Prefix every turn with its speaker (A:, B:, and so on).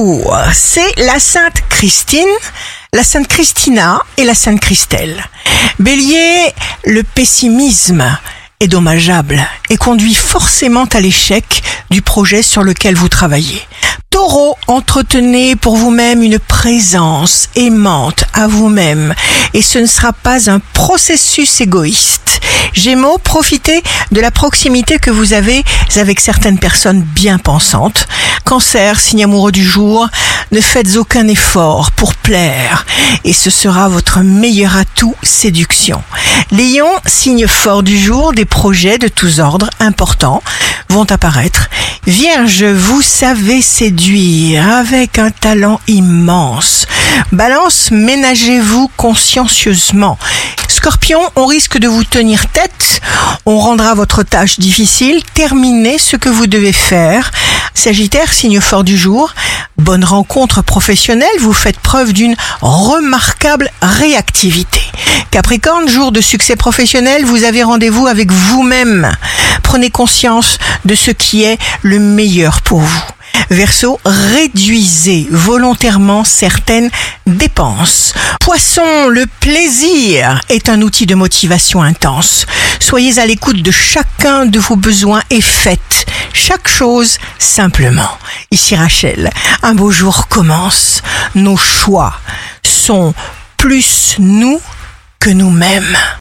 A: jour, c'est la Sainte Christine, la Sainte Christina et la Sainte Christelle. Bélier, le pessimisme est dommageable et conduit forcément à l'échec du projet sur lequel vous travaillez. Taureau, entretenez pour vous-même une présence aimante à vous-même et ce ne sera pas un processus égoïste. Gémeaux, profitez de la proximité que vous avez avec certaines personnes bien pensantes. Cancer, signe amoureux du jour, ne faites aucun effort pour plaire et ce sera votre meilleur atout, séduction. Lion, signe fort du jour, des projets de tous ordres importants vont apparaître. Vierge, vous savez séduire avec un talent immense. Balance, ménagez-vous consciencieusement. Scorpion, on risque de vous tenir tête, on rendra votre tâche difficile, terminez ce que vous devez faire. Sagittaire, signe fort du jour, bonne rencontre professionnelle, vous faites preuve d'une remarquable réactivité. Capricorne, jour de succès professionnel, vous avez rendez-vous avec vous-même. Prenez conscience de ce qui est le meilleur pour vous. Verseau, réduisez volontairement certaines dépenses. Poisson, le plaisir est un outil de motivation intense. Soyez à l'écoute de chacun de vos besoins et faites chaque chose simplement. Ici Rachel, un beau jour commence. Nos choix sont plus nous que nous-mêmes.